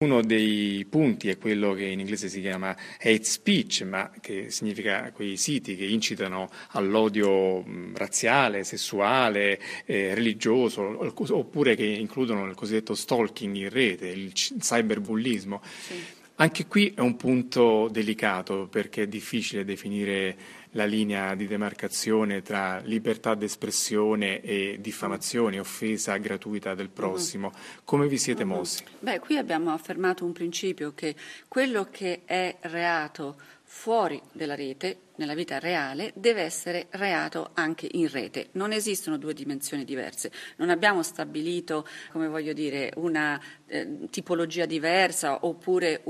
Uno dei punti è quello che in inglese si chiama hate speech, ma che significa quei siti che incitano all'odio razziale, sessuale, religioso, oppure che includono il cosiddetto stalking in rete, il cyberbullismo. Sì. Anche qui è un punto delicato perché è difficile definire la linea di demarcazione tra libertà d'espressione e diffamazione, offesa gratuita del prossimo. Come vi siete mossi? Beh, qui abbiamo affermato un principio che quello che è reato fuori della rete, nella vita reale, deve essere reato anche in rete. Non esistono due dimensioni diverse. Non abbiamo stabilito, come voglio dire, una tipologia diversa oppure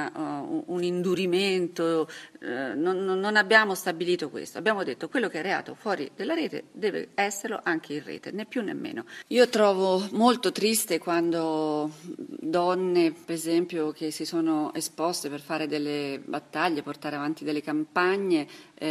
un indurimento. Non abbiamo stabilito questo. Abbiamo detto quello che è reato fuori della rete deve esserlo anche in rete, né più né meno. Io trovo molto triste quando donne, per esempio, che si sono esposte per fare delle battaglie, portare avanti delle campagne,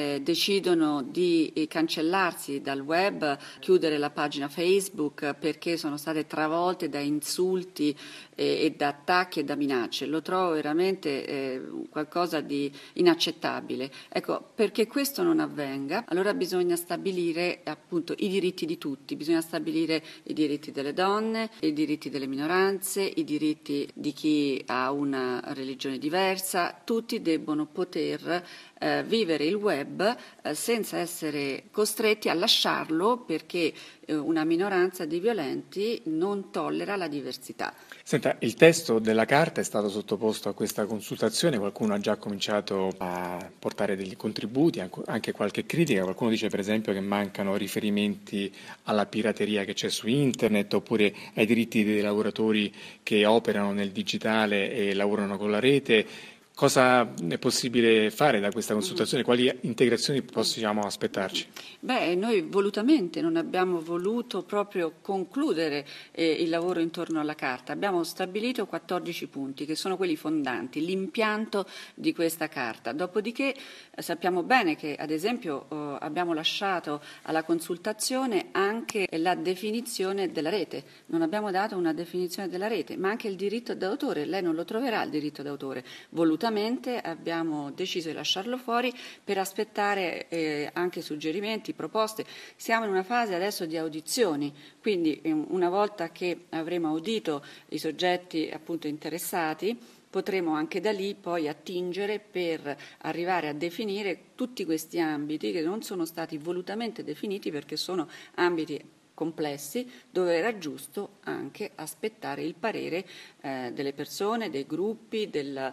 decidono di cancellarsi dal web, chiudere la pagina Facebook perché sono state travolte da insulti e da attacchi e da minacce. Lo trovo veramente qualcosa di inaccettabile. Ecco, perché questo non avvenga, allora bisogna stabilire appunto i diritti di tutti, bisogna stabilire i diritti delle donne, i diritti delle minoranze, i diritti di chi ha una religione diversa, tutti debbono poter vivere il web senza essere costretti a lasciarlo perché una minoranza di violenti non tollera la diversità. Senta, il testo della carta è stato sottoposto a questa consultazione, qualcuno ha già cominciato a portare degli contributi, anche qualche critica, qualcuno dice per esempio che mancano riferimenti alla pirateria che c'è su internet oppure ai diritti dei lavoratori che operano nel digitale e lavorano con la rete. Cosa è possibile fare da questa consultazione? Quali integrazioni possiamo aspettarci? Beh, noi volutamente non abbiamo voluto proprio concludere il lavoro intorno alla Carta. Abbiamo stabilito 14 punti che sono quelli fondanti, l'impianto di questa Carta. Dopodiché sappiamo bene che, ad esempio, abbiamo lasciato alla consultazione anche la definizione della rete. Non abbiamo dato una definizione della rete, ma anche il diritto d'autore. Lei non lo troverà il diritto d'autore. Volutamente abbiamo deciso di lasciarlo fuori per aspettare anche suggerimenti, proposte. Siamo in una fase adesso di audizioni, quindi una volta che avremo audito i soggetti appunto interessati, potremo anche da lì poi attingere per arrivare a definire tutti questi ambiti che non sono stati volutamente definiti perché sono ambiti complessi dove era giusto anche aspettare il parere delle persone, dei gruppi,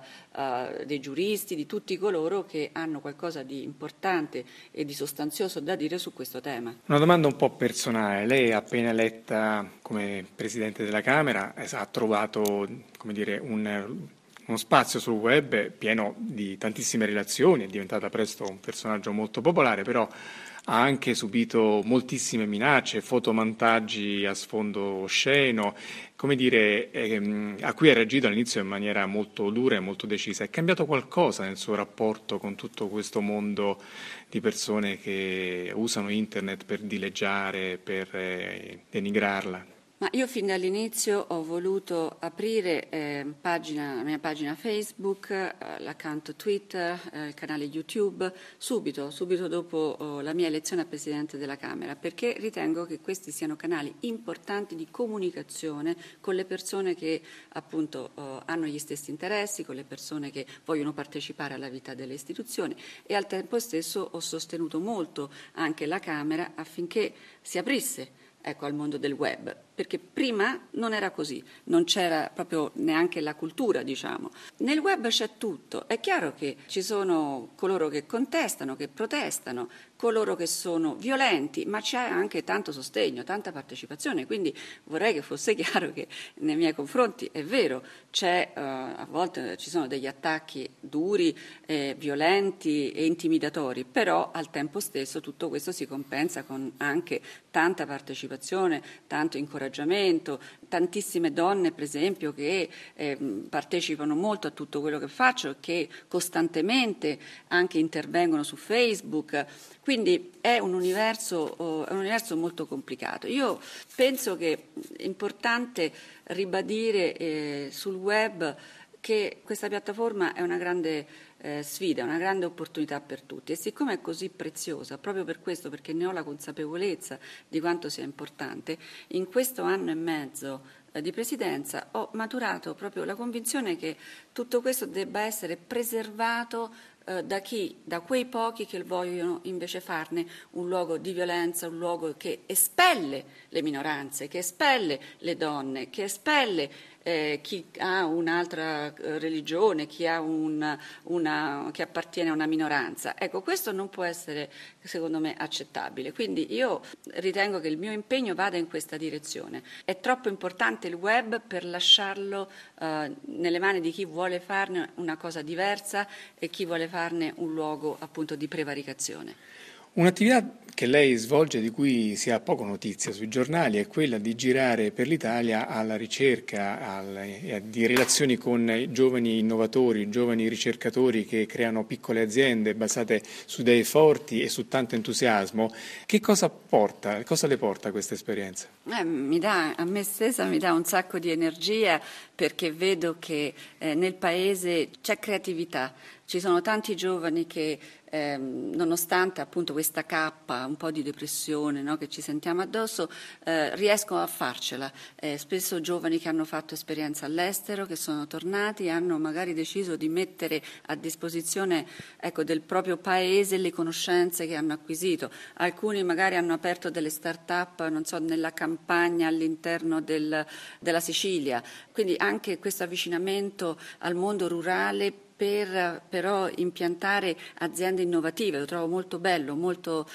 dei giuristi, di tutti coloro che hanno qualcosa di importante e di sostanzioso da dire su questo tema. Una domanda un po' personale. Lei, appena eletta come Presidente della Camera, ha trovato, come dire, uno spazio sul web pieno di tantissime relazioni, è diventata presto un personaggio molto popolare, però ha anche subito moltissime minacce, fotomontaggi a sfondo osceno, come dire, a cui ha reagito all'inizio in maniera molto dura e molto decisa. È cambiato qualcosa nel suo rapporto con tutto questo mondo di persone che usano internet per dileggiare, per denigrarla? Ma io fin dall'inizio ho voluto aprire la mia pagina Facebook, l'account Twitter, il canale YouTube, subito dopo la mia elezione a Presidente della Camera, perché ritengo che questi siano canali importanti di comunicazione con le persone che appunto hanno gli stessi interessi, con le persone che vogliono partecipare alla vita delle istituzioni e al tempo stesso ho sostenuto molto anche la Camera affinché si aprisse al mondo del web, perché prima non era così, non c'era proprio neanche la cultura, diciamo. Nel web c'è tutto, è chiaro che ci sono coloro che contestano, che protestano, coloro che sono violenti, ma c'è anche tanto sostegno, tanta partecipazione, quindi vorrei che fosse chiaro che nei miei confronti è vero, a volte ci sono degli attacchi duri, violenti e intimidatori, però al tempo stesso tutto questo si compensa con anche tanta partecipazione, tanto incoraggiamento incoraggiamento, tantissime donne per esempio che partecipano molto a tutto quello che faccio, che costantemente anche intervengono su Facebook, quindi è un universo molto complicato. Io penso che è importante ribadire sul web che questa piattaforma è una grande sfida, una grande opportunità per tutti e siccome è così preziosa, proprio per questo, perché ne ho la consapevolezza di quanto sia importante, in questo anno e mezzo di presidenza ho maturato proprio la convinzione che tutto questo debba essere preservato da quei pochi che vogliono invece farne un luogo di violenza, un luogo che espelle le minoranze, che espelle le donne, che espelle chi ha un'altra religione, chi appartiene a una minoranza. Ecco, questo non può essere, secondo me, accettabile. Quindi io ritengo che il mio impegno vada in questa direzione. È troppo importante il web per lasciarlo nelle mani di chi vuole farne una cosa diversa e chi vuole farne un luogo appunto di prevaricazione. Un'attività che lei svolge di cui si ha poco notizia sui giornali è quella di girare per l'Italia alla ricerca di relazioni con i giovani innovatori, giovani ricercatori che creano piccole aziende basate su idee forti e su tanto entusiasmo. Che cosa le porta questa esperienza? A me stessa mi dà un sacco di energia perché vedo che nel Paese c'è creatività, ci sono tanti giovani che nonostante appunto questa cappa, un po' di depressione, no, che ci sentiamo addosso, riescono a farcela. Spesso giovani che hanno fatto esperienza all'estero, che sono tornati e hanno magari deciso di mettere a disposizione del proprio paese le conoscenze che hanno acquisito. Alcuni magari hanno aperto delle start-up, non so, nella campagna all'interno della Sicilia. Quindi anche questo avvicinamento al mondo rurale per però impiantare aziende innovative, lo trovo molto bello, molto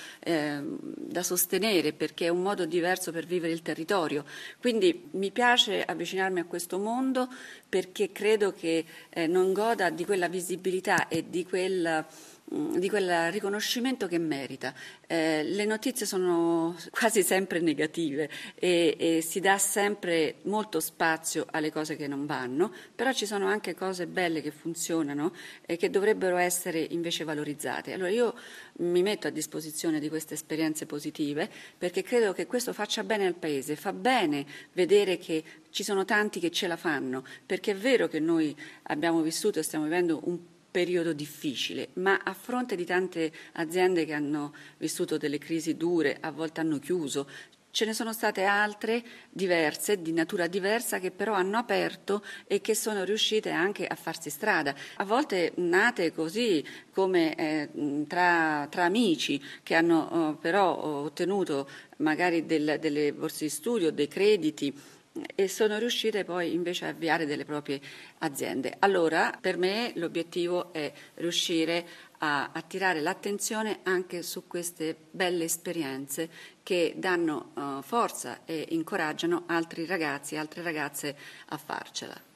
da sostenere perché è un modo diverso per vivere il territorio. Quindi mi piace avvicinarmi a questo mondo perché credo che non goda di quella visibilità e di quel riconoscimento che merita. Le notizie sono quasi sempre negative e si dà sempre molto spazio alle cose che non vanno, però ci sono anche cose belle che funzionano e che dovrebbero essere invece valorizzate. Allora io mi metto a disposizione di queste esperienze positive perché credo che questo faccia bene al Paese, fa bene vedere che ci sono tanti che ce la fanno, perché è vero che noi abbiamo vissuto e stiamo vivendo un periodo difficile, ma a fronte di tante aziende che hanno vissuto delle crisi dure, a volte hanno chiuso, ce ne sono state altre diverse, di natura diversa, che però hanno aperto e che sono riuscite anche a farsi strada. A volte nate così come tra amici che hanno però ottenuto magari delle borse di studio, dei crediti, e sono riuscite poi invece a avviare delle proprie aziende. Allora, per me l'obiettivo è riuscire a attirare l'attenzione anche su queste belle esperienze che danno forza e incoraggiano altri ragazzi e altre ragazze a farcela.